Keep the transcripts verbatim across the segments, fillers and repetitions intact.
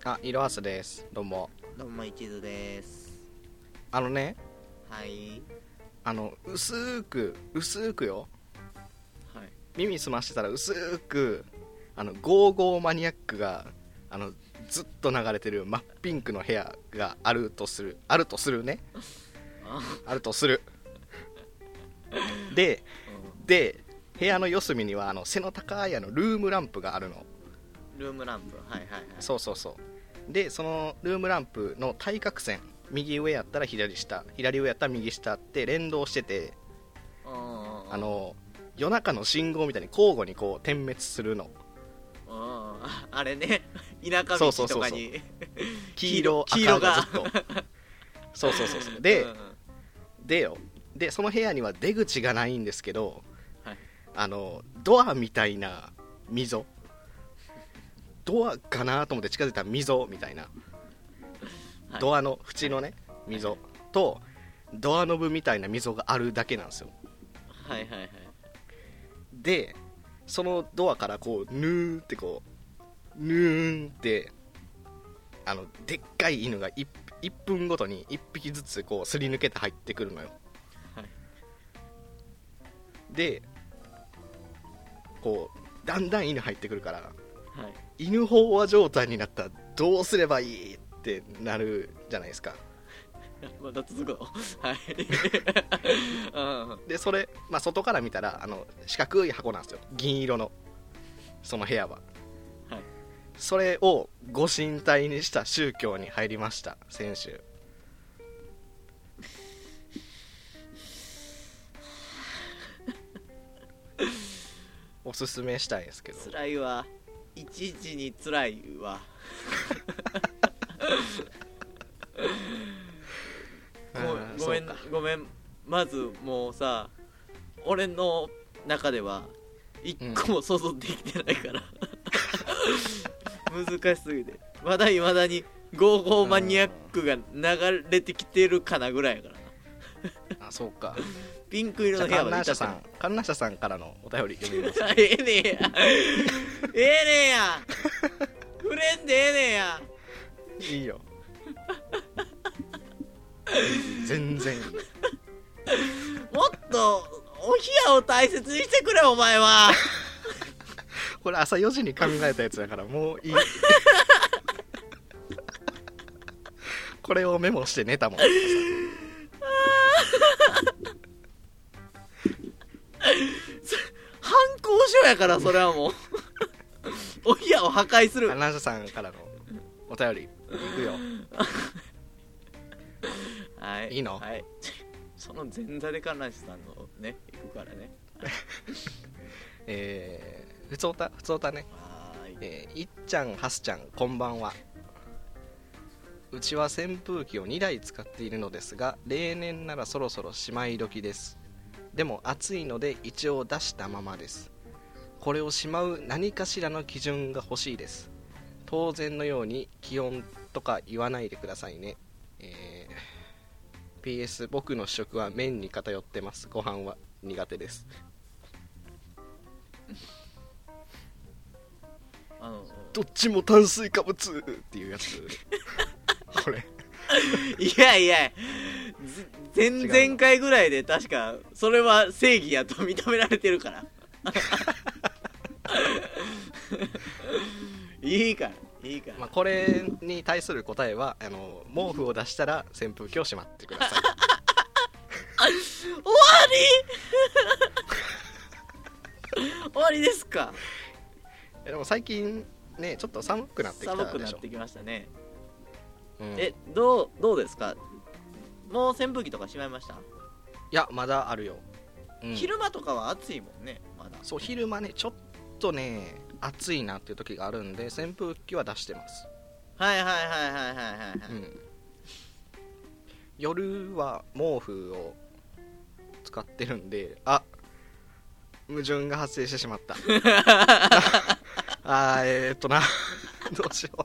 あ、いろはすです。どうも。 どうもいちずです。 あのね、 はい。 あの薄く薄くよ、 はい。 耳澄ましてたら薄くあのゴーゴーマニアックがあのずっと流れてる真っピンクの部屋があるとするあるとするねああるとするでで部屋の四隅にはあの背の高いあのルームランプがあるの。 ルームランプ。はいはいはい。 そうそうそう。でそのルームランプの対角線、右上やったら左下、左上やったら右下って連動してて、 ああの夜中の信号みたいに交互にこう点滅するの。 ああれね、田舎道とかに黄色黄色が赤がずっとそうそうそうそうで、 うんうん、 でよでその部屋には出口がないんですけど、 はい、 あのドアみたいな溝、ドアかなと思って近づいたら溝みたいな、はい、ドアの縁のね溝とドアノブみたいな溝があるだけなんですよ。 はいはいはい。 でそのドアからこうヌーってこうヌーンってあのでっかい犬が 1, いっぷんごとにいっぴきずつこうすり抜けて入ってくるのよ。 はい、 でこうだんだん犬入ってくるから、はい、犬飽和状態になったらどうすればいいってなるじゃないですか。 まだ続くのはい、 でそれ、まあ、外から見たらあの四角い箱なんですよ、銀色のその部屋は。はい、それをご神体にした宗教に入りました、先週。おすすめしたいですけど。 辛いわ、いちいちに辛いわご, ごめんごめん、まずもうさ、俺の中では一個も想像できてないから、うん、難しすぎてまだいまだにゴーゴーマニアックが流れてきてるかなぐらいやからな。 あ、そうか。 ピンク色の部屋は観覧車さん観覧車さんからのお便り読みます、ね、 ええねやええねや触れんでええねや。 いいよ全然いい。 もっとお部屋を大切にしてくれお前は。 これ朝よじに考えたやつだからもういいこれをメモして寝たもん。 犯行書やからそれはもうお部屋を破壊する。 観覧車さんからのお便りいくよはい、 いいの？ はい、その前座で観覧車さんのね行くからねえー、ふつおたふつおたね。はい、えー、いっちゃんはすちゃんこんばんは。うちは扇風機をにだい使っているのですが、例年ならそろそろしまい時です。でも暑いので一応出したままです。これをしまう何かしらの基準が欲しいです。当然のように気温とか言わないでくださいね。えー、ピーエス 僕の主食は麺に偏ってます。ご飯は苦手です。 あのどっちも炭水化物っていうやつこれいやいや、前々回ぐらいで確かそれは正義やと認められてるからいいからいいから、 まあ、これに対する答えはあの毛布を出したら扇風機をしまってください終わり終わりですか。 でも最近ねちょっと寒くなってきたでしょ。 寒くなってきましたね、うん、え、 うん、 どうどうですか。もう扇風機とかしまいました？ いやまだあるよ、 うん、昼間とかは暑いもんね。まだそう、昼間ねちょっとね暑いなっていう時があるんで扇風機は出してます。 はいはいはいはいはいはい、はい、うん、 夜は毛布を使ってるんで、あ、矛盾が発生してしまったあーえーっとなどうしよう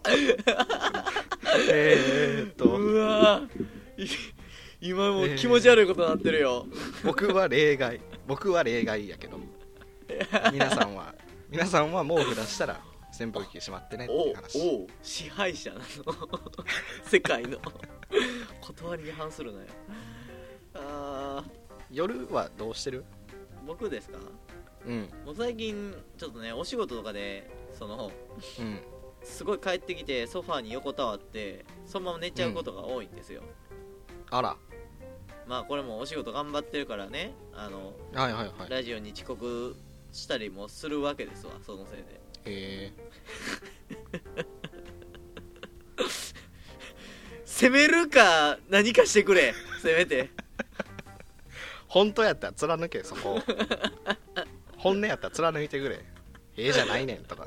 えーっとうわ今もう気持ち悪いことになってるよ、えー、僕は例外僕は例外やけど皆さんは皆さんは毛布出したら扇風機しまってねっていう話。 おお支配者なの世界の断りに反するなよ。あ夜はどうしてる？ 僕ですか？ うんもう最近ちょっとねお仕事とかでそのうんすごい帰ってきてソファーに横たわってそのまま寝ちゃうことが多いんですよ、 あらまあこれもお仕事頑張ってるからね、あのはいはいはい。 ラジオに遅刻したりもするわけですわ、そのせいで。 へえ攻めるか何かしてくれせめて本当やったら貫けそこ本音やったら貫いてくれ、ええじゃないねんとか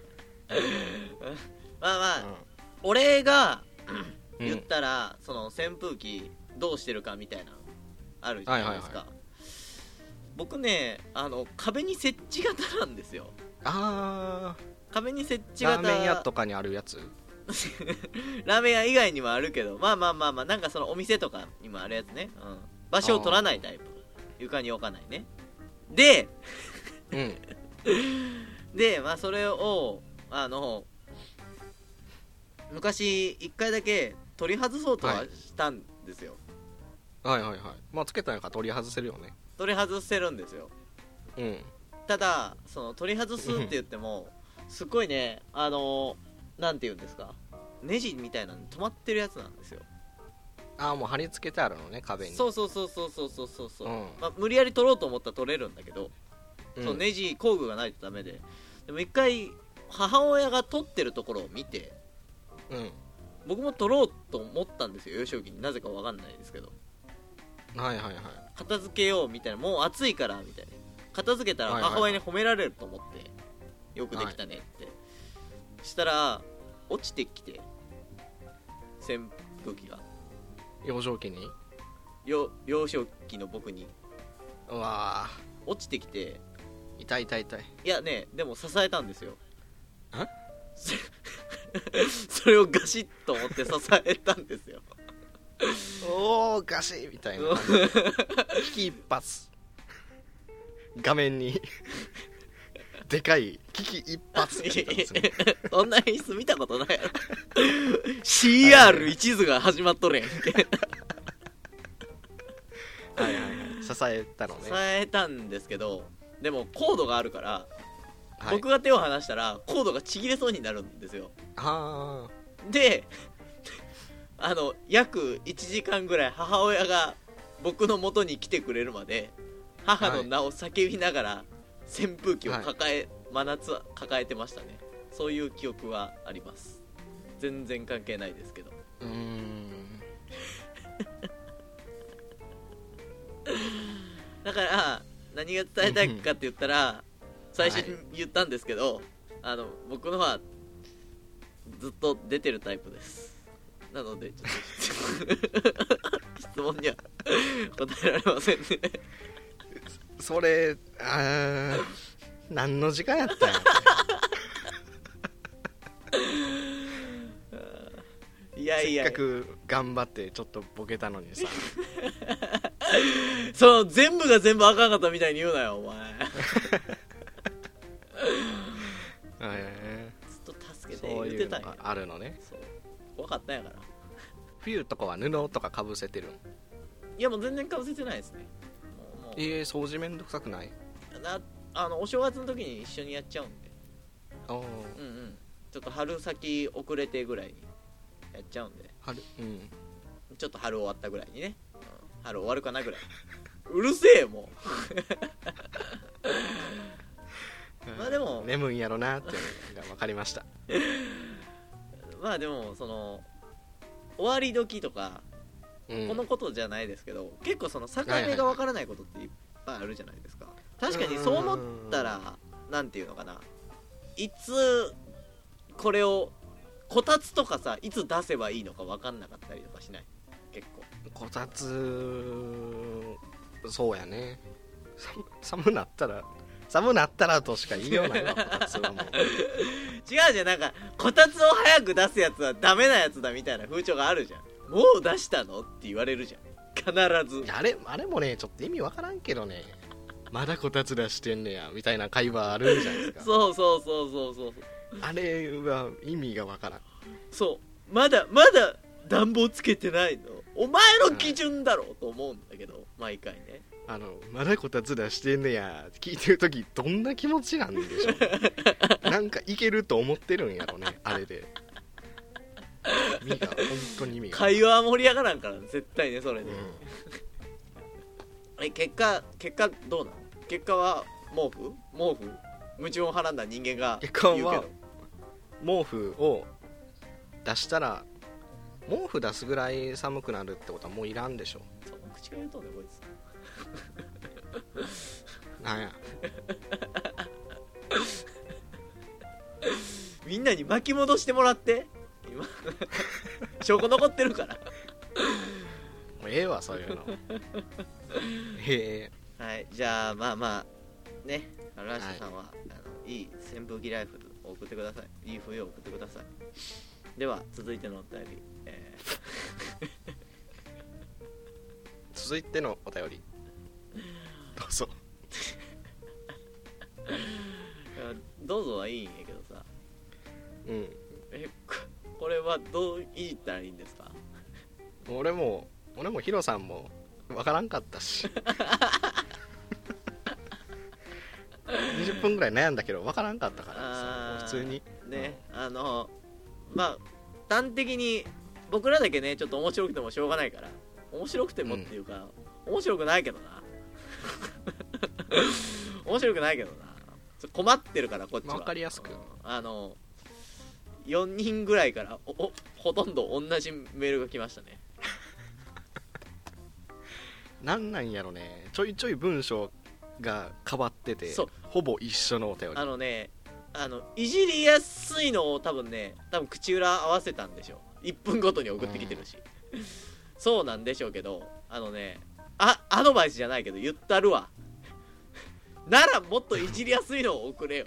まあまあ、 う俺がん言ったら、その扇風機どうしてるかみたいなあるじゃないですか、 はいはい僕ねあの壁に設置型なんですよ。 あ壁に設置ーラ型ーメン屋とかにあるやつ。 ラーメン屋以外にもあるけど、まあまあまあまあなんかそのお店とかにもあるやつね、うん、場所を取らないタイプ、床に置かないね。でうんでまあそれをあの昔一回だけ取り外そうとはしたんですよ、 はいはいはい。まあつけたんやから取り外せるよね。 取り外せるんですよ。 うんただその取り外すって言ってもすっごいね、あのなんて言うんですか、ネジみたいなのに止まってるやつなんですよ。 ああもう貼り付けてあるのね壁に。 そうそうそうそうそうそうそうそう、 うんまあ、無理やり取ろうと思ったら取れるんだけど、 うんそうネジ工具がないとダメで、でも一回母親が取ってるところを見てうん僕も取ろうと思ったんですよ、幼少期に。なぜかわかんないですけどはいはいはい。 片付けようみたいな、もう暑いからみたいな、片付けたら母親に褒められると思ってよくできたねって、したら落ちてきて扇風機が幼少期に。 よ幼少期の僕にうわ落ちてきて、 ー痛い痛い痛い。 いやねでも支えたんですよ。 えそれをガシッと持って支えたんですよ。 おーガシッみたいな危機一髪画面にでかい危機一髪って言ったんですねそんな演出見たことないやろシーアール 一途が始まっとるやんけはいはいはい支えたのね。 支えたんですけど、でもコードがあるから、 はい、 僕が手を離したらコードがちぎれそうになるんですよ。 あであの約いちじかんぐらい母親が僕の元に来てくれるまで母の名を叫びながら扇風機を抱え、はい、真夏は抱えてましたね。そういう記憶はあります。全然関係ないですけど。 うーんだから何が伝えたいかって言ったら最初に言ったんですけど、はい、あの僕のはずっと出てるタイプです。なのでちょっと質問には答えられませんねそれあー何の時間やったんやいやいやせっかく頑張ってちょっとボケたのにさそう全部が全部あかんかったみたいに言うなよお前えー、 ずっと助けて言ってたんや。 そういうのがあるのね。 そう怖かったんやから。 冬とかは布とかかぶせてるん？ いやもう全然かぶせてないですね。もうもうえー、掃除めんどくさくない？ なあのお正月の時に一緒にやっちゃうんで、 あーうんうんちょっと春先遅れてぐらいにやっちゃうんで、 春うんちょっと春終わったぐらいにね、うん、春終わるかなぐらいうるせえもうまあでも眠いんやろなっていうのが分かりましたまあでもその終わり時とか、 うん、 このことじゃないですけど結構その境目が分からないことっていっぱいあるじゃないですか。確かにそう思ったらなんていうのかな、いつこれをこたつとかさいつ出せばいいのか分かんなかったりとかしない？結構こたつそうやね。寒寒なったら寒なったらとしか言いようないわこたつはもう違うじゃん、なんかこたつを早く出すやつはダメなやつだみたいな風潮があるじゃん。もう出したのって言われるじゃん必ず。 あれあれもねちょっと意味わからんけどねまだこたつ出してんねやみたいな会話あるじゃないですかそうそうそうそうそうあれは意味がわからん。 そうまだまだ暖房つけてないのお前の基準だろうと思うんだけど、毎回ね、 あのまだこたつだしてんねやって聞いてるときどんな気持ちなんでしょうなんかいけると思ってるんやろね、あれで。意味が本当に意味が会話盛り上がらんから絶対ねそれで、 うん、 え結果結果どうなの？結果は毛布毛布矛盾をはらんだ人間が言うけど、 結果は毛布を出したら毛布出すぐらい寒くなるってことはもういらんでしょ。 そう口が言うとんねこいつなんやみんなに巻き戻してもらって今証拠残ってるからもうええわそういうのへえ。 はいじゃあまあまあねラッシュさんは、はい、あのいい扇風機ライフを送ってください。いい冬を送ってください。では続いてのお便り、えー、 続いてのお便りどうぞどうぞはいいんやけどさ、 うんえこれはどういったらいいんですか？ 俺も俺もヒロさんもわからんかったしにじゅっぷんぐらい悩んだけどわからんかったからさ、普通にね、うん、あのまあ端的に僕らだけねちょっと面白くてもしょうがないから、面白くてもっていうか、うん、面白くないけどな面白くないけどな困ってるからこっちは。 わかりやすく、 うん、あのよにんぐらいからおおほとんど同じメールが来ましたねなんなんやろね、ちょいちょい文章が変わっててほぼ一緒のお便り。 あのねあのいじりやすいのを多分ね多分口裏合わせたんでしょう。いっぷんごとに送ってきてるし、うん、そうなんでしょうけど、あのねあアドバイスじゃないけど言ったるわならもっといじりやすいのを送れよ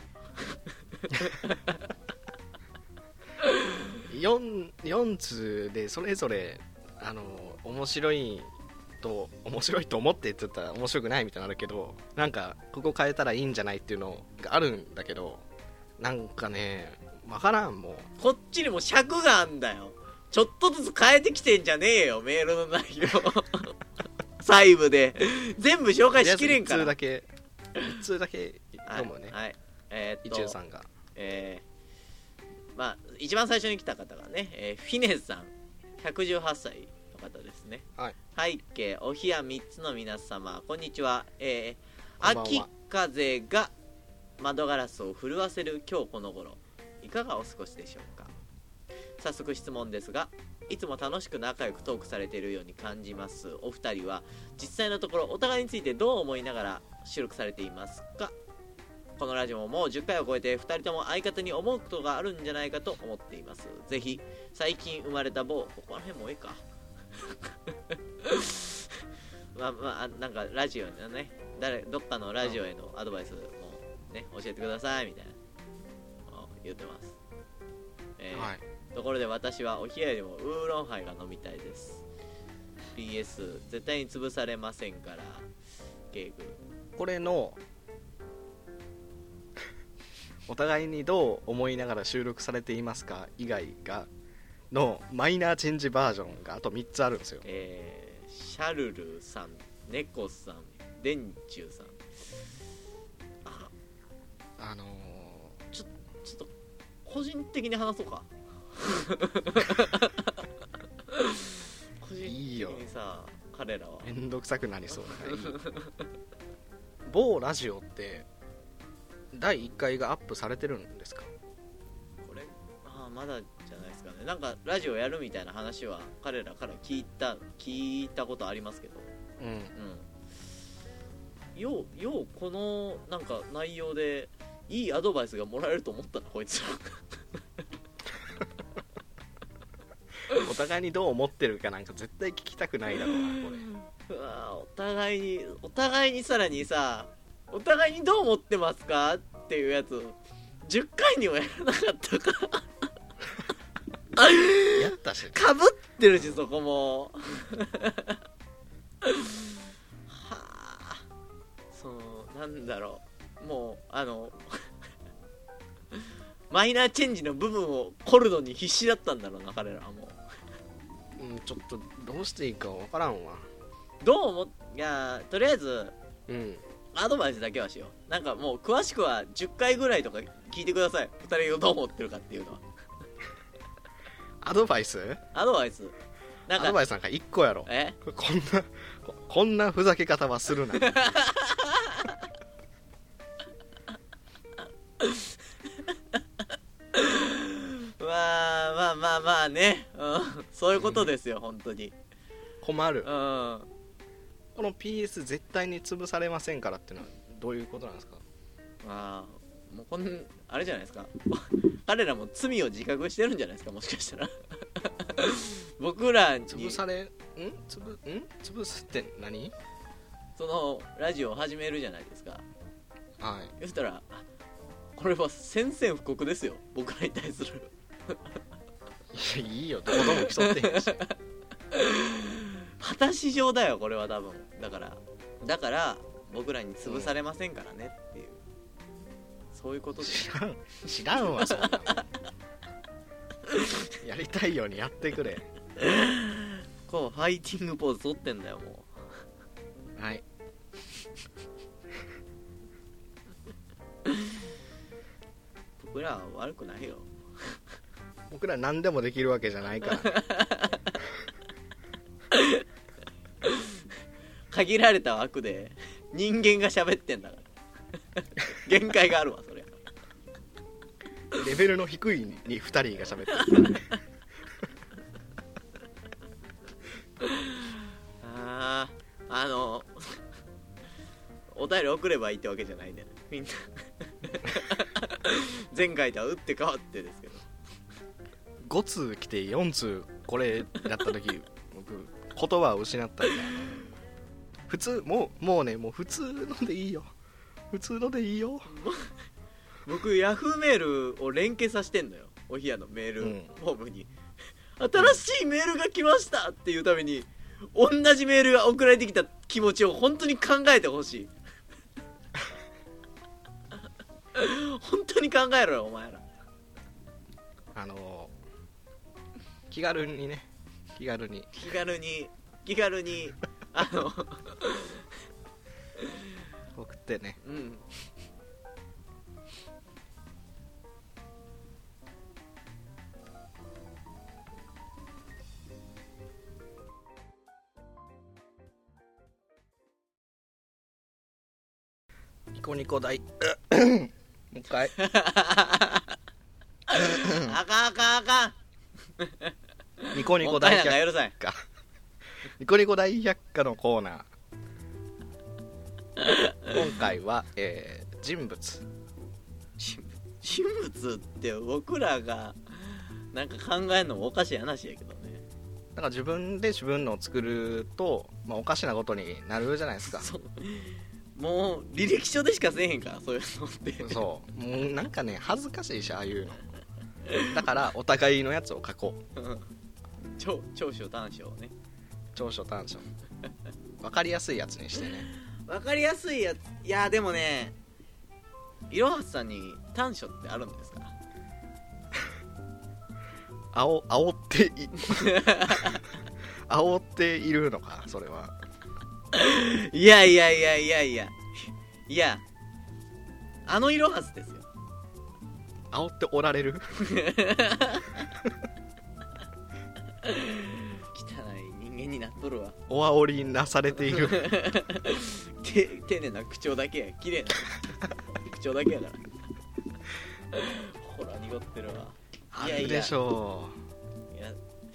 4, 4通でそれぞれあの面白いと面白いと思ってって言ったら面白くないみたいなのあるけど、なんかここ変えたらいいんじゃないっていうのがあるんだけど、なんかねわからん。もうこっちにも尺があんだよ。ちょっとずつ変えてきてんじゃねえよメールの内容細部で全部紹介しきれんから。 いっ通だけいっ通だけ読むね。 はい、はい、えー、っと一応さんがえー、まあ一番最初に来た方がね、えー、フィネさんひゃくじゅうはっさいの方ですね。 はい、 背景お部屋みっつの皆様こんにちは。えー、秋風が窓ガラスを震わせる今日この頃いかがお過ごしでしょうか。早速質問ですが、いつも楽しく仲良くトークされているように感じます。お二人は実際のところお互いについてどう思いながら収録されていますか。このラジオももうじゅっかいを超えてふたりとも相方に思うことがあるんじゃないかと思っています。ぜひ最近生まれた某ここら辺もうええかまあまあなんかラジオのね誰どっかのラジオへのアドバイスもね教えてくださいみたいな言ってます。えーはい、ところで私はお冷やよりもウーロンハイが飲みたいです。 ピーエス 絶対に潰されませんからゲーグ。 これのお互いにどう思いながら収録されていますか以外がのマイナーチェンジバージョンがあとみっつあるんですよ。 えー、シャルルさん、ネコさん、デンチューさん。あ、 あのー、 ちょちょっと個人的に話そうか個人的にさ彼らはめんどくさくなりそうだから某ラジオってだいいっかいがアップされてるんですか。 これああまだじゃないですかね。なんかラジオやるみたいな話は彼らから聞いた聞いたことありますけど、うん、うん、ようようこのなんか内容でいいアドバイスがもらえると思ったなこいつらお互いにどう思ってるかなんか絶対聞きたくないだろうなこれ。 うわお互いにお互いにさらにさお互いにどう思ってますかっていうやつじゅっかいにもやらなかったかやったしかぶってるしそこもはあそのなんだろうもうあのマイナーチェンジの部分を凝るのに必死だったんだろうな彼らはもう、うん、ちょっとどうしていいか分からんわ。 どう思っいやとりあえず、 うん、 アドバイスだけはしよう。なんかもう詳しくはじゅっかいぐらいとか聞いてください。ふたりがどう思ってるかっていうのは。 アドバイスアドバイスなんかアドバイスなんかいっこやろ。 えこんなここんなふざけ方はするなまあまあまあまあね、うん、そういうことですよ、うん、本当に困る、 うん、 この ピーエス 絶対に潰されませんからってのはどういうことなんですか。 まあもうこんあれじゃないですか彼らも罪を自覚してるんじゃないですか、もしかしたら僕らに潰されん潰ん潰すって何。 そのラジオを始めるじゃないですか。 はい。 そしたらこれは宣戦布告ですよ、僕らに対するいやいいよ、どこでも競ってへんし果たし状だよこれは多分。だからだから僕らに潰されませんからねっていう、うん、そういうことで知らん知らんわそんなのやりたいようにやってくれ。 こうファイティングポーズ取ってんだよもう。はい僕らは悪くないよ。 僕ら何でもできるわけじゃないから限られた枠で人間が喋ってんだから限界があるわそれ。 レベルの低いにふたりが喋ってるあーあのお便り送ればいいってわけじゃないんだよねみんな前回とは打って変わってですけど、 ご通来てよん通これやった時僕言葉を失ったんだ。普通もうもうねもう普通のでいいよ、普通のでいいよ。 僕ヤフーメールを連携させてんのよ、お部屋のメールフォームに、うん、新しいメールが来ましたっていうために同じメールが送られてきた気持ちを本当に考えてほしい本当に考えろよお前ら。 あの気軽にね気軽に気軽に気軽にあの送ってね。 うん。 ニコニコ大もう一回あかんあかんあかんニコニコ大百科ニコニコ大百科のコーナー今回は、えー、人物人物って僕らがなんか考えるのもおかしい話やけどね。 だから自分で自分のを作ると、まあ、おかしなことになるじゃないですか。 そうもう履歴書でしかせえへんからそういうのって。 そうもうなんかね恥ずかしいしああいうのだからお互いのやつを書こう長長所短所をね。 長所短所分かりやすいやつにしてね。 分かりやすいやつ。いやでもねいろはさんに短所ってあるんですか。 あお煽ってい煽っているのかそれは。 いやいやいやいやいやいやあのいろはすですよ。 煽っておられる汚い人間になっとるわ。 お煽りなされているて丁寧な口調だけや綺麗な口調だけやからほら濁ってるわ。 あるでしょう。いや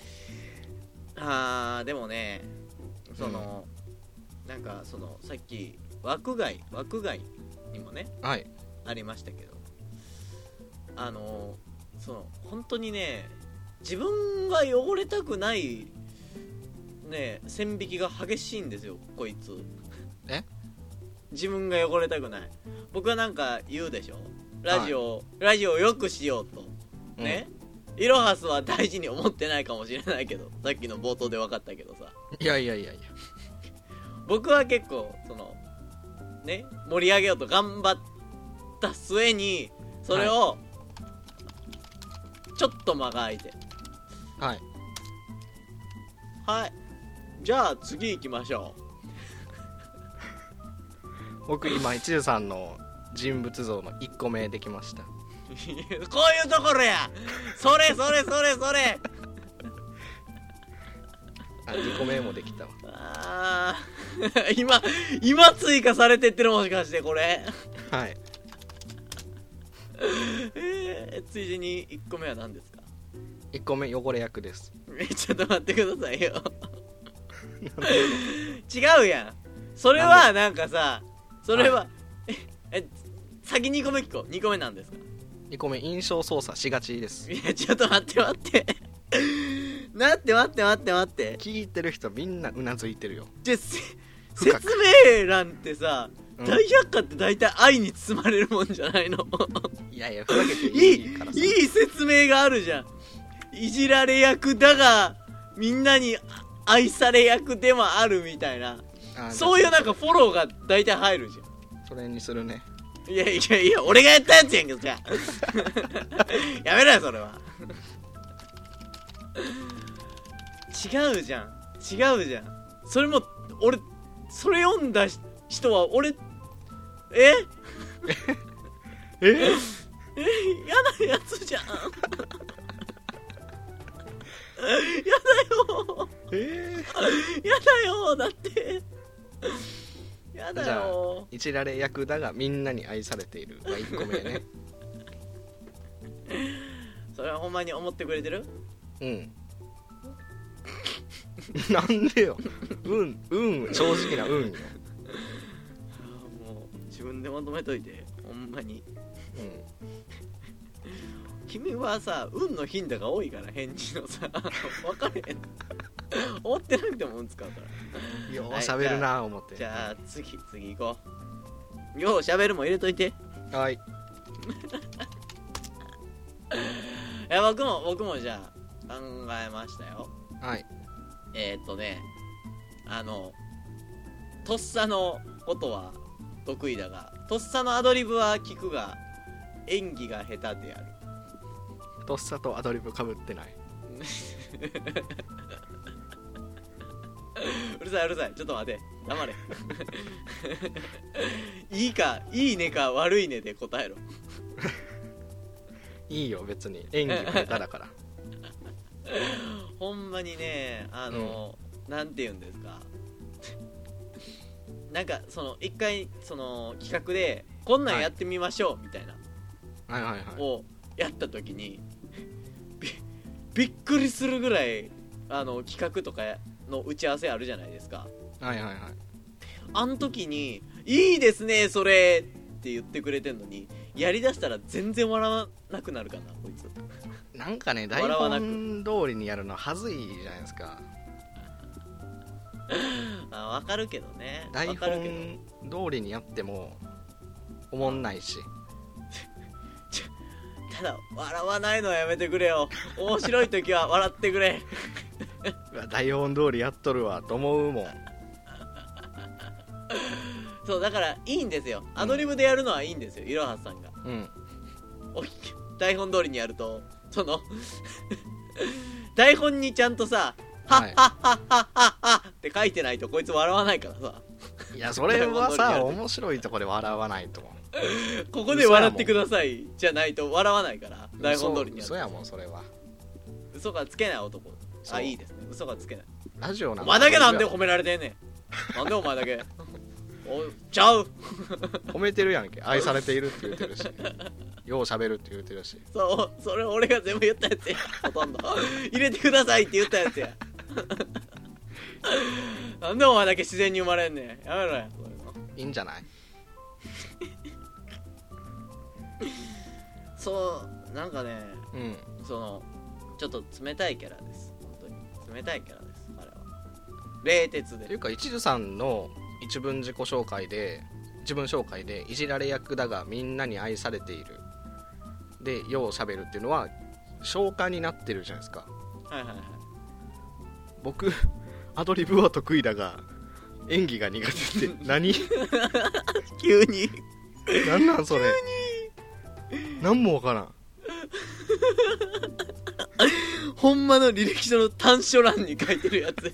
あーでもねその、うん、なんかそのさっき枠外枠外にもね、 はい、 ありましたけどあのその本当にね自分が汚れたくないね線引きが激しいんですよこいつ。 え自分が汚れたくない。僕はなんか言うでしょラジオ、はい、ラジオを良くしようとね、うん、イロハスは大事に思ってないかもしれないけどさっきの冒頭で分かったけどさ。 いやいやいやいや僕は結構そのね盛り上げようと頑張った末にそれを、はい、 ちょっと間が空いて、 はいはい、じゃあ次行きましょう。僕今一途さんの人物像のいっこめできました。 こういうところや、それそれそれそれあ、にこめもできたわ。 あー今今追加されてってる、もしかしてこれはいえー、ついでにいっこめは何ですか？ いっこめ汚れ役です。 えちょっと待ってくださいよ違うやん、それはなんかさ、それは、はい、ええ先にこめ聞こう。にこめなんですか？ にこめ印象操作しがちです。 いやちょっと待って待って待って待って待って待って聞いてる人みんなうなずいてるよ。 じゃ説明欄ってさ、うん、大百科って大体愛に包まれるもんじゃないのいやいやふざけていいからさ、 いい、いい説明があるじゃん。いじられ役だがみんなに愛され役でもあるみたいな、そういうなんかフォローが大体入るじゃん。 それにするね。 いやいやいや俺がやったやつやんけど、じゃあやめろよそれは違うじゃん違うじゃん。それも俺それ読んだ人は俺えええ嫌なやつじゃんやだよえー、やだよだってやだよ。 じゃあいじられ役だがみんなに愛されているがいっこめねそれはほんまに思ってくれてる？ うんなんでようんうん正直なうんよもう自分で求めといてほんまに、うん君はさ運の頻度が多いから返事のさ分かれへん思ってなくても運使うからよう喋るな思って。 じゃあ次次行こう。よう喋るも入れといて。 はいいや僕も僕もじゃあ考えましたよ。 はい。 えー、っとねあのとっさのことは得意だがとっさのアドリブは聞くが演技が下手である。 とっさとアドリブかぶってないうるさいうるさいちょっと待て黙れいいかいいねか悪いねで答えろいいよ別に演技が下手だからほんまにねあの、うん、なんて言うんですかなんかその一回その企画でこんなんやってみましょうみたいな、 はい、はいはいはいをやった時に び, びっくりするぐらいあの企画とかの打ち合わせあるじゃないですか。 はいはいはい。 あの時にいいですねそれって言ってくれてんのにやりだしたら全然笑わなくなるかなこいつ。 なんかね台本通りにやるのはずいじゃないですか。 あ分かるけどね。 台本通りにやってもおもんないし。 ただ笑わないのはやめてくれよ。面白い時は笑ってくれ。 台本通りやっとるわと思うもん。 そうだからいいんですよ。アドリブでやるのはいいんですよ、いろはさんが。うん。台本通りにやるとその台本にちゃんとさはっはっはっはっはっはって書いてないとこいつ笑わないからさ。 いやそれはさ面白いとこで笑わないとここで笑ってくださいじゃないと笑わないから台本通りにやる。 嘘やもんそれは。 嘘がつけない男。あいいですね嘘がつけない。 ラジオなんお前だけなんで褒められてんねん。なんでお前だけおちゃう褒めてるやんけ。愛されているって言ってるしよう喋るって言ってるし。 そうそれ俺が全部言ったやつや。ほとんど入れてくださいって言ったやつや。なんでお前だけ自然に生まれんねん。やめろや。 いいんじゃない。 そうなんかね、 うん、 そのちょっと冷たいキャラです。本当に冷たいキャラです。あれは冷徹で。 というか一途さんの一文自己紹介で自分紹介でいじられ役だがみんなに愛されているでようしゃべるっていうのは消化になってるじゃないですか。 はいはいはい。 僕アドリブは得意だが演技が苦手って何急になんなんそれ。何もわからんほんまの履歴書の短所欄に書いてるやつ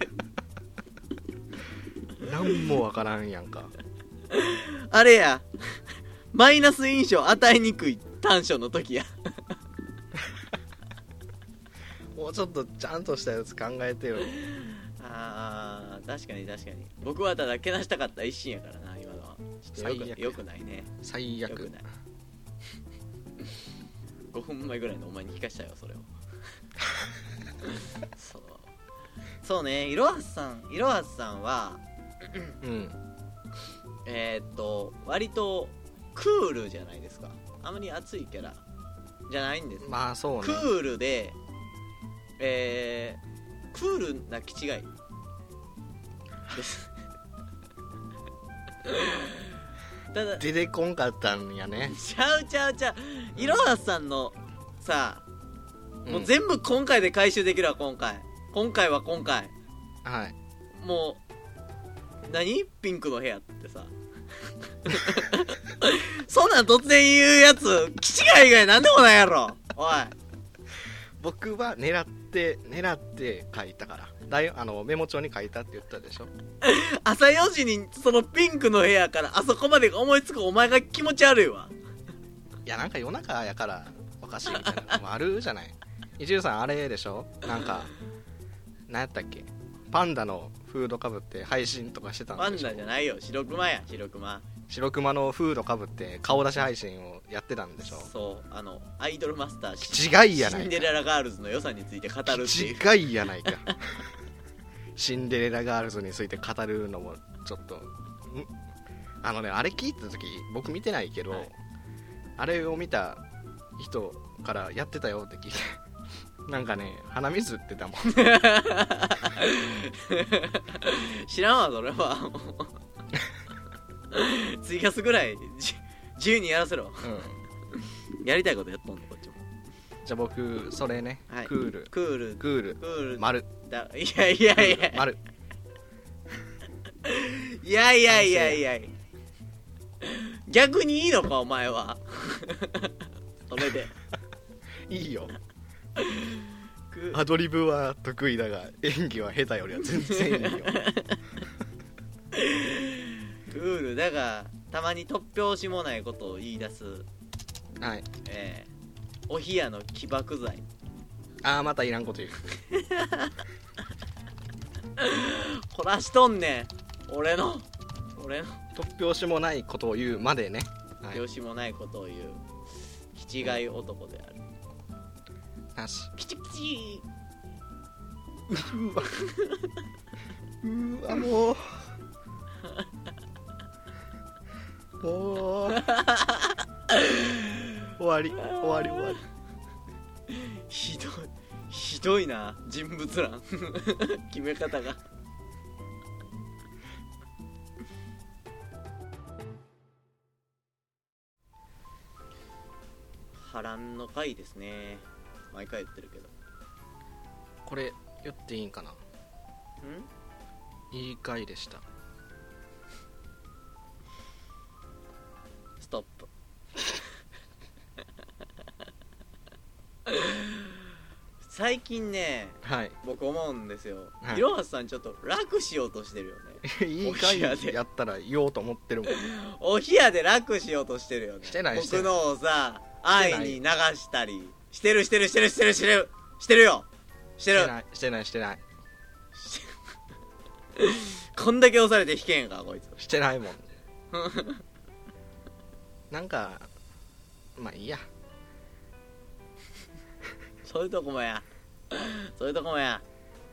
なんもわからんやんか。 あれや、マイナス印象与えにくい短所の時やもうちょっとちゃんとしたやつ考えてよ。 あー、確かに確かに。僕はただけなしたかった一心やからな、今のは。ちょっとよ最悪くよくないね。 最悪よくないごふんまえぐらいのお前に聞かしたよ、それをそうそうね、いろはすさんいろはすさんはうんえー、っと割とクールじゃないですか。あまり熱いキャラじゃないんです、 まあそうね。 クールでえー、クールな気違いですただ出てこんかったんやね。 ちゃうちゃうちゃう、いろはさんのさ、 うんもう全部今回で回収できるわ。今回今回は今回はい。 もう何ピンクの部屋ってさそんなん突然言うやつ気違い以外なんでもないやろおい。 僕は狙って狙って書いたから。だいあのメモ帳に書いたって言ったでしょ。 朝よじにそのピンクの部屋からあそこまで思いつくお前が気持ち悪いわ。 いやなんか夜中やからおかしいみたいなのもあるじゃない。一流さんあれでしょ。なんか何やったっけ、パンダのフードかぶって配信とかしてたんでしょ。 パンダじゃないよ、白熊や白熊。 白熊のフードかぶって顔出し配信をやってたんでしょ。 そう、あのアイドルマスター違いやないか。 シンデレラガールズの良さについて語るっていう。 違いやないかシンデレラガールズについて語るのもちょっとんあのね、あれ聞いた時僕見てないけど、はい、あれを見た人からやってたよって聞いてなんかね鼻水ってたもん知らんわそれはツイキャスぐらい自由にやらせろ、うん、やりたいことやっとんのこっちも。 じゃあ僕それね、はい、クールクールクールクール丸だ。いやいやいや丸いやいやいやいや逆にいいのかお前はそれでいいよアドリブは得意だが演技は下手よりは全然いいよクールだがたまに突拍子もないことを言い出す。 はい、 えー、お冷やの起爆剤。 ああまたいらんこと言うこらしとんねん俺の俺の突拍子もないことを言うまでね。 突拍子もないことを言う気違い男である。 なし。 キチキチうわうわもうもう終わり終わり終わり。 ひどいひどいな人物欄決め方が。波乱の回ですね。毎回言ってるけどこれ言っていいんかな。んいい回でした。 ストップ最近ね、 はい、 僕思うんですよ、 はい、 いろはさんちょっと楽しようとしてるよねいい回やったら言おうと思ってるもんお冷やで楽しようとしてるよね。 してないしてない。 僕のをさ愛に流したりしてるしてるしてるしてるしてるしてるよしてるしてないしてないこんだけ押されて弾けんかこいつ。 してないもんなんかまあいいやそういうとこもやそういうとこもや。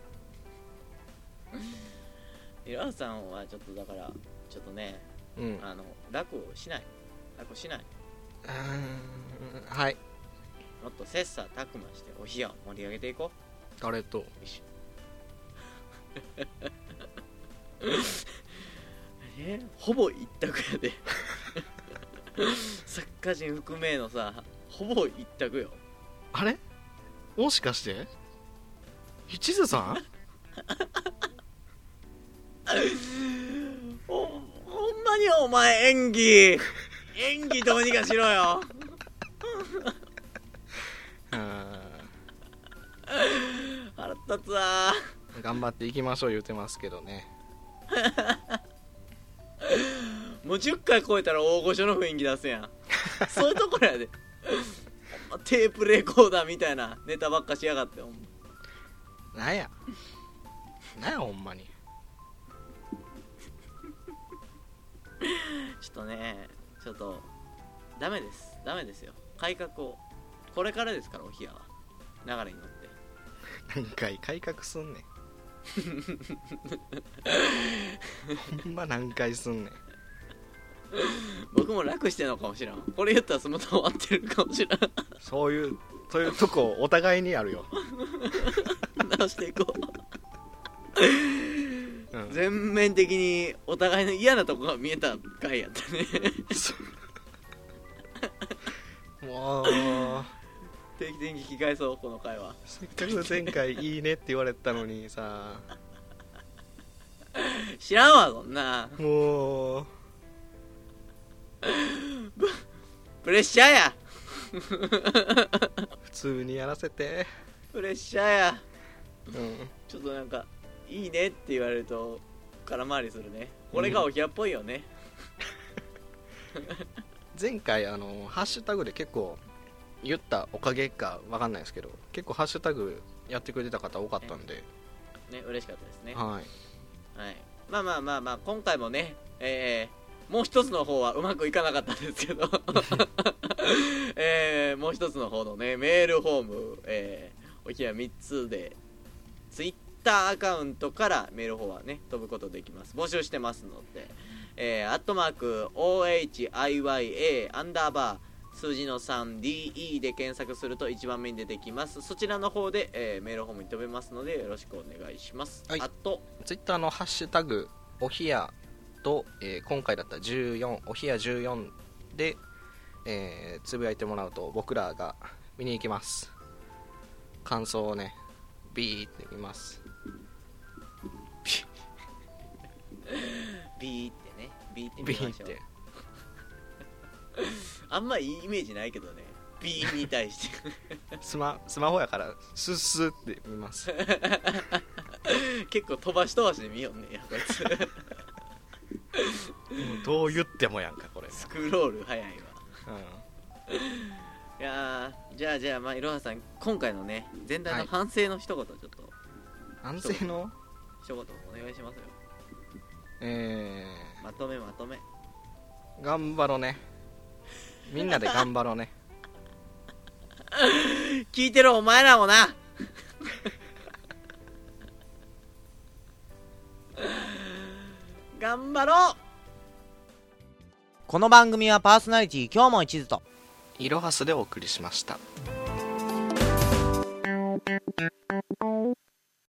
いろはさんはちょっとだからちょっとね、うん、あの楽をしない楽をしない。 うーんはい。 もっと切磋琢磨してお冷やを盛り上げていこう。 誰とえほぼ一択やで作家陣含めのさほぼ一択よ。 あれもしかして一途さんほ, ほんまにお前演技演技どうにかしろよ腹立つわ頑張っていきましょう言うてますけどね。 もうじゅっかい超えたら大御所の雰囲気出すやん。そういうところやで。テープレコーダーみたいなネタばっかしやがって。ほんまなんやなんやほんまに。 ちょっとね、ちょっとダメですダメですよ。改革をこれからですから、おひやは流れに乗って何回改革すんねん。ほんま何回すんねん。 僕も楽してんのかもしれん。これ言ったらそのと終わってるかもしれん。 そういうそういうとこお互いにあるよ。 直していこう、 うん、 全面的にお互いの嫌なとこが見えた回やったね。 もう定期的に聞き返そう、この回は。 せっかく前回いいねって言われたのにさ。 知らんわそんな。 もうプレッシャーや。 普通にやらせて。 プレッシャーや、 うん、 ちょっとなんかいいねって言われると空回りするね。これがおひやっぽいよね。 うん、前回あのハッシュタグで結構言ったおかげかわかんないですけど、結構ハッシュタグやってくれてた方多かったんでね、嬉しかったですね。 はい、 はい、まあまあまあまあ今回もね、えー、もう一つの方はうまくいかなかったんですけど、えー、もう一つの方のねメールフォーム、えー、おひやみっつでツイッターアカウントからメールフォームはね飛ぶことできます。募集してますので、えー、アットマーク オーエイチアイワイエー アンダーバー数字の スリーディーイー で検索すると一番目に出てきます。そちらの方で、えー、メールフォームに飛べますのでよろしくお願いします。 はい、 あとツイッターのハッシュタグおひやと、えー、今回だったらじゅうよんおひやじゅうよんで、えー、つぶやいてもらうと僕らが見に行きます。感想をねビーって見ます。 ビーってね、ビーってビ見ましょう。 ーってあんまいいイメージないけどね、ビーに対して。 スマスマホやからスッスッって見ます。 結構飛ばし飛ばしで見よんねやこいつ。 どう言ってもやんかこれ。 スクロール早いわ。 うん、 いやー、じゃあじゃあまあいろはさん今回のね全体の反省の一言ちょっと、 反省の一言お願いしますよ。 えー、 まとめまとめ。 頑張ろうね。みんなで頑張ろうね。 聞いてるお前らもな。頑張ろう。 この番組はパーソナリティ今日も一途といろはすでお送りしました。